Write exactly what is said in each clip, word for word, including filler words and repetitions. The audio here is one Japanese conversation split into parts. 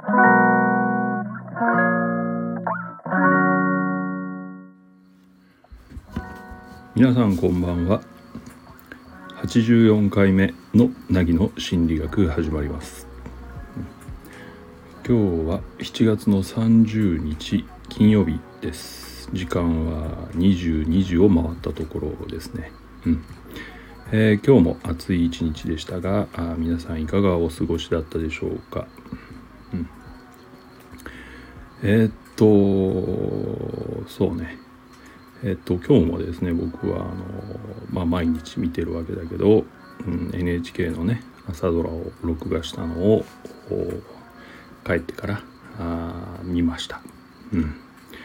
皆さんこんばんは。はちじゅうよんかいめの凪の心理学始まります。今日はしちがつのさんじゅうにち金曜日です。時間はにじゅうにじを回ったところですね。うんえー、今日も暑い一日でしたが、あ皆さんいかがお過ごしだったでしょうか。うん、えー、っとそうねえっと今日もですね、僕はあの、まあ、毎日見てるわけだけど、うん、エヌエイチケー のね朝ドラを録画したのを帰ってからあ見ました。うん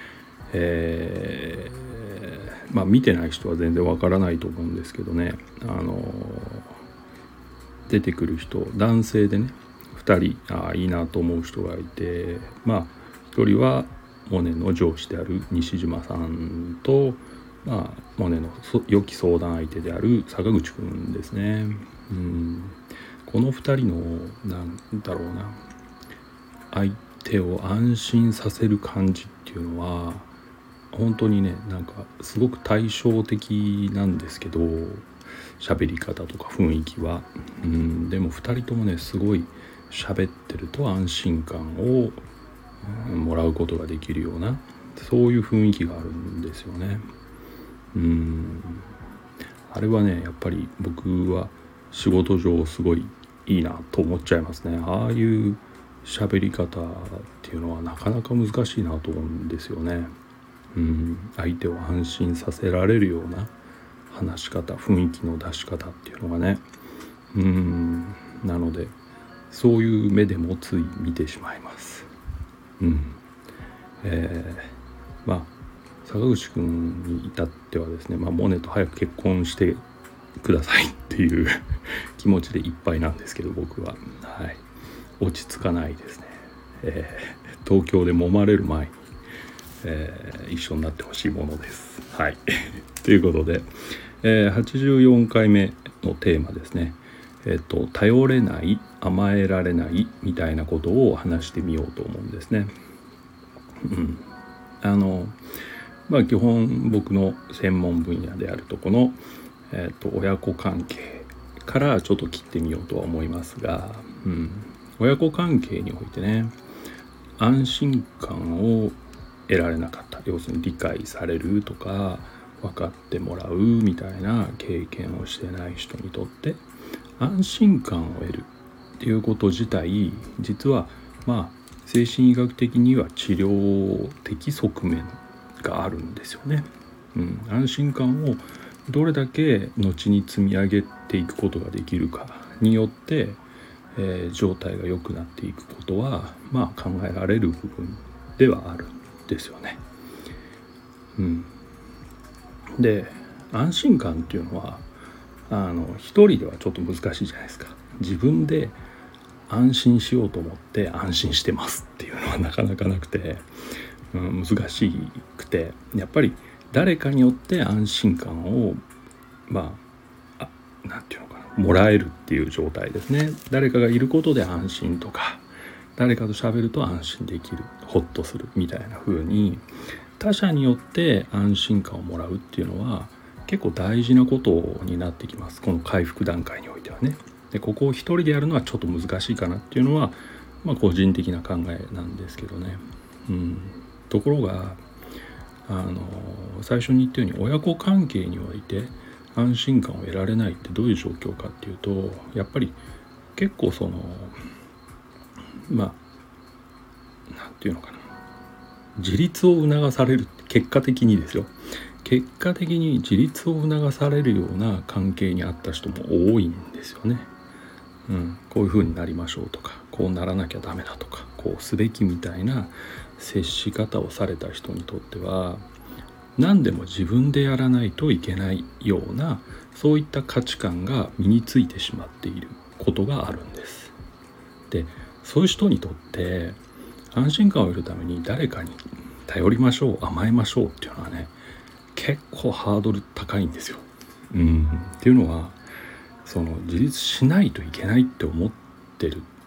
えー、まあ見てない人は全然わからないと思うんですけどね、あの出てくる人男性でねふたりあいいなと思う人がいて、まあひとりはモネの上司である西島さんと、まあ、モネの良き相談相手である坂口くんですね。うんこのふたりのなんだろうな相手を安心させる感じっていうのは本当にねなんかすごく対照的なんですけど、喋り方とか雰囲気はうんでもふたりともねすごい喋ってると安心感をもらうことができるようなそういう雰囲気があるんですよね。うんあれはねやっぱり僕は仕事上すごいいいなと思っちゃいますね。ああいう喋り方っていうのはなかなか難しいなと思うんですよね。うん相手を安心させられるような話し方雰囲気の出し方っていうのがねうんなのでそういう目でもつい見てしまいます。うんえー、まあ坂口くんに至ってはですね、まあ、モネと早く結婚してくださいっていう気持ちでいっぱいなんですけど、僕は、はい、落ち着かないですね。えー、東京で揉まれる前に、えー、一緒になってほしいものです。はいということで、えー、はちじゅうよんかいめのテーマですね。えっと頼れない甘えられないみたいなことを話してみようと思うんですね。うん、あのまあ基本僕の専門分野であるとこの、えー、と親子関係からちょっと切ってみようとは思いますが、うん、親子関係においてね安心感を得られなかった、要するに理解されるとか分かってもらうみたいな経験をしてない人にとって安心感を得るっていうこと自体実はまあ精神医学的には治療的側面があるんですよね。うん、安心感をどれだけ後に積み上げていくことができるかによって、えー、状態が良くなっていくことはまあ考えられる部分ではあるんですよね。うん、で安心感っていうのはあの一人ではちょっと難しいじゃないですか。自分で安心しようと思って安心してますっていうのはなかなかなくて、うん、難しくてやっぱり誰かによって安心感をまあなんていうのかなもらえるっていう状態ですね。誰かがいることで安心とか誰かと喋ると安心できるホッとするみたいな風に他者によって安心感をもらうっていうのは結構大事なことになってきます。この回復段階においてはね。でここを一人でやるのはちょっと難しいかなっていうのは、まあ、個人的な考えなんですけどね。うん、ところがあの最初に言ったように親子関係において安心感を得られないってどういう状況かっていうとやっぱり結構そのまあなんていうのかな自立を促される結果的にですよ結果的に自立を促されるような関係にあった人も多いんですよね。うん、こういう風になりましょうとかこうならなきゃダメだとかこうすべきみたいな接し方をされた人にとっては何でも自分でやらないといけないようなそういった価値観が身についてしまっていることがあるんです。でそういう人にとって安心感を得るために誰かに頼りましょう甘えましょうっていうのはね結構ハードル高いんですよ。うんっていうのはその自立しないといけないって思ってる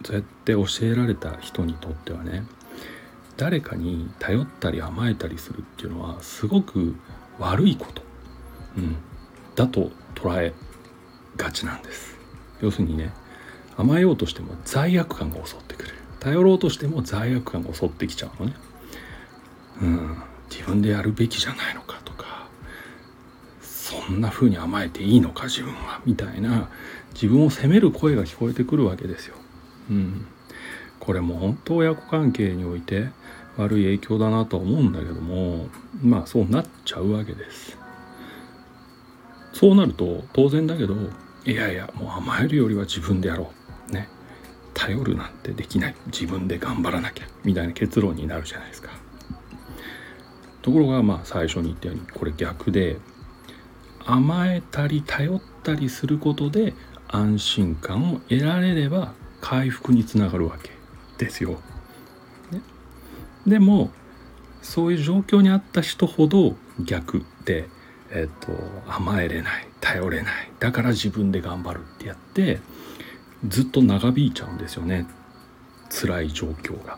そうやって教えられた人にとってはね、誰かに頼ったり甘えたりするっていうのはすごく悪いこと、うん、だと捉えがちなんです。要するにね、甘えようとしても罪悪感が襲ってくる、頼ろうとしても罪悪感が襲ってきちゃうのね、うん、自分でやるべきじゃないのかとか、そんな風に甘えていいのか自分は、みたいな自分を責める声が聞こえてくるわけですよ、うん、これも本当親子関係において悪い影響だなとは思うんだけども、まあそうなっちゃうわけです。そうなると当然だけど、いやいやもう甘えるよりは自分でやろうね、頼るなんてできない、自分で頑張らなきゃ、みたいな結論になるじゃないですか。ところがまあ最初に言ったようにこれ逆で、甘えたり頼ったりすることで安心感を得られれば回復につながるわけですよ、ね、でもそういう状況にあった人ほど逆で、えっと、甘えれない、頼れない、だから自分で頑張るってやってずっと長引いちゃうんですよね、辛い状況が、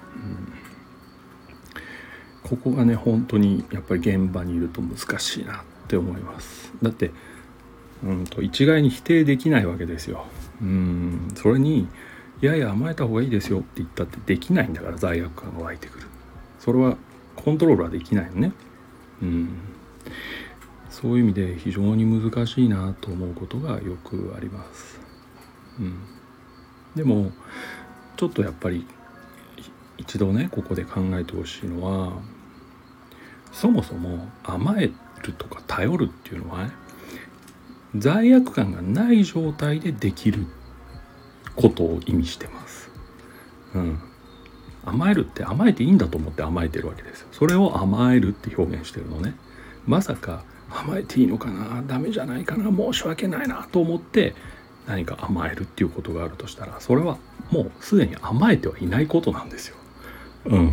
うん、ここがね本当にやっぱり現場にいると難しいなって思います。だってうんと一概に否定できないわけですよ。うんそれにいやいや甘えた方がいいですよって言ったってできないんだから、罪悪感が湧いてくる。それはコントロールはできないのね。うんそういう意味で非常に難しいなと思うことがよくあります。うん、でもちょっとやっぱり一度ねここで考えてほしいのは、そもそも甘えるとか頼るっていうのはね、罪悪感がない状態でできることを意味してます、うん、甘えるって甘えていいんだと思って甘えてるわけですよ。それを甘えるって表現してるのね。まさか甘えていいのかな、ダメじゃないかな、申し訳ないなと思って何か甘えるっていうことがあるとしたら、それはもうすでに甘えてはいないことなんですよ。うん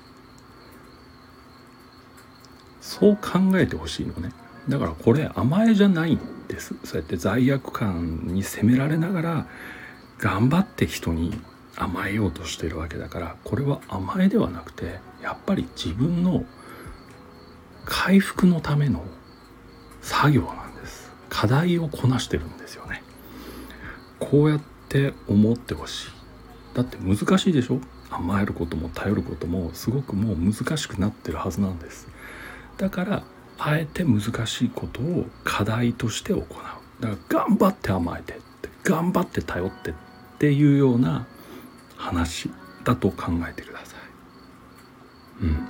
そう考えてほしいのね。だからこれ甘えじゃないんです。そうやって罪悪感に責められながら頑張って人に甘えようとしているわけだから、これは甘えではなくてやっぱり自分の回復のための作業なんです。課題をこなしてるんですよね。こうやって思ってほしい。だって難しいでしょ。甘えることも頼ることもすごくもう難しくなってるはずなんです。だからあえて難しいことを課題として行う。だから頑張って甘えてって頑張って頼ってっていうような話だと考えてください。うん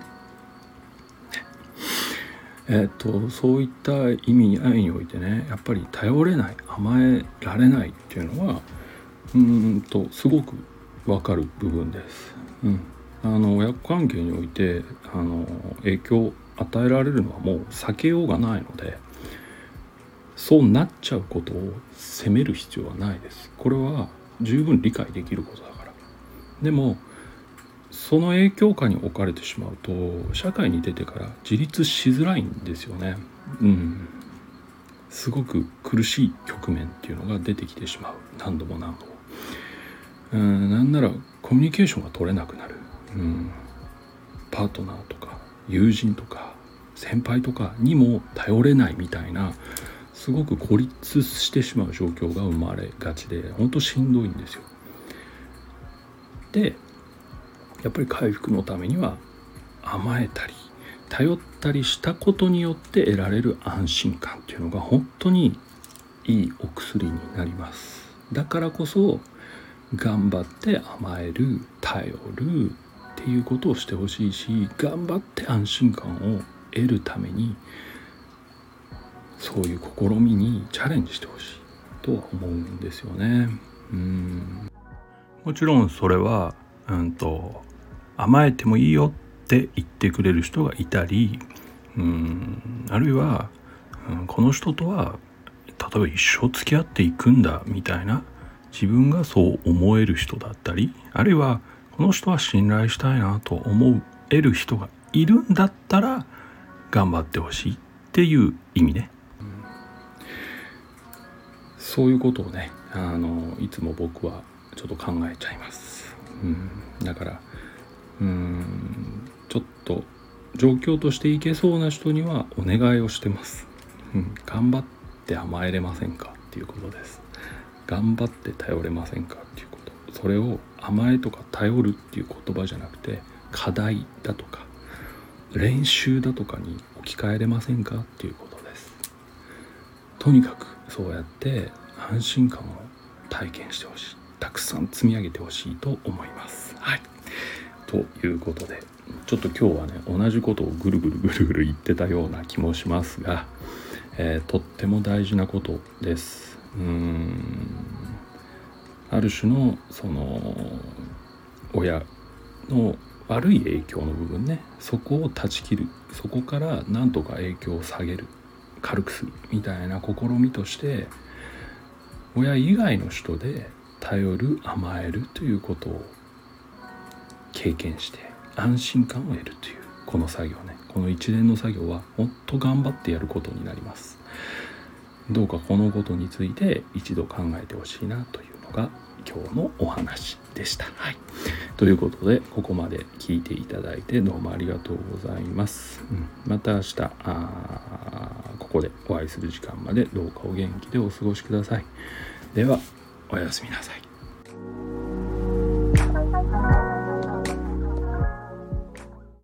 えー、っとそういった意味においてね、やっぱり頼れない、甘えられないっていうのはうーんとすごく分かる部分です。うん、あの親子関係においてあの影響を与えられるのはもう避けようがないので、そうなっちゃうことを責める必要はないです。これは十分理解できることだから。でもその影響下に置かれてしまうと社会に出てから自立しづらいんですよね。うん、すごく苦しい局面っていうのが出てきてしまう。何度も何度も。うん、なんならコミュニケーションが取れなくなる。うん、パートナーとか友人とか先輩とかにも頼れないみたいな、すごく孤立してしまう状況が生まれがちで、本当しんどいんですよ。でやっぱり回復のためには甘えたり頼ったりしたことによって得られる安心感っていうのが本当にいいお薬になります。だからこそ頑張って甘える、頼るっていうことをしてほしいし、頑張って安心感を得るためにそういう試みにチャレンジしてほしいとは思うんですよね。うんもちろんそれはうんと甘えてもいいよって言ってくれる人がいたり、うんあるいは、うん、この人とは例えば一生付き合っていくんだみたいな自分がそう思える人だったり、あるいはこの人は信頼したいなと思える人がいるんだったら頑張ってほしいっていう意味ね、うん、そういうことをねあのいつも僕はちょっと考えちゃいます。うん、だからうーんちょっと状況としていけそうな人にはお願いをしてます。うん、頑張って甘えれませんかっていうことです。頑張って頼れませんかっていうこと。それを甘えとか頼るっていう言葉じゃなくて、課題だとか練習だとかに置き換えれませんかっていうことです。とにかくそうやって安心感を体験してほしい、たくさん積み上げてほしいと思います。はい、ということでちょっと今日はね同じことをぐるぐるぐるぐる言ってたような気もしますが、えー、とっても大事なことです。うーんある種のその親の悪い影響の部分ね、そこを断ち切る、そこからなんとか影響を下げる、軽くするみたいな試みとして、親以外の人で頼る、甘えるということを経験して安心感を得るというこの作業ね、この一連の作業はもっと頑張ってやることになります。どうかこのことについて一度考えてほしいなというのが今日のお話でした。はい、ということでここまで聞いていただいてどうもありがとうございます。うん、また明日あここでお会いする時間までどうかお元気でお過ごしください。ではおやすみなさい。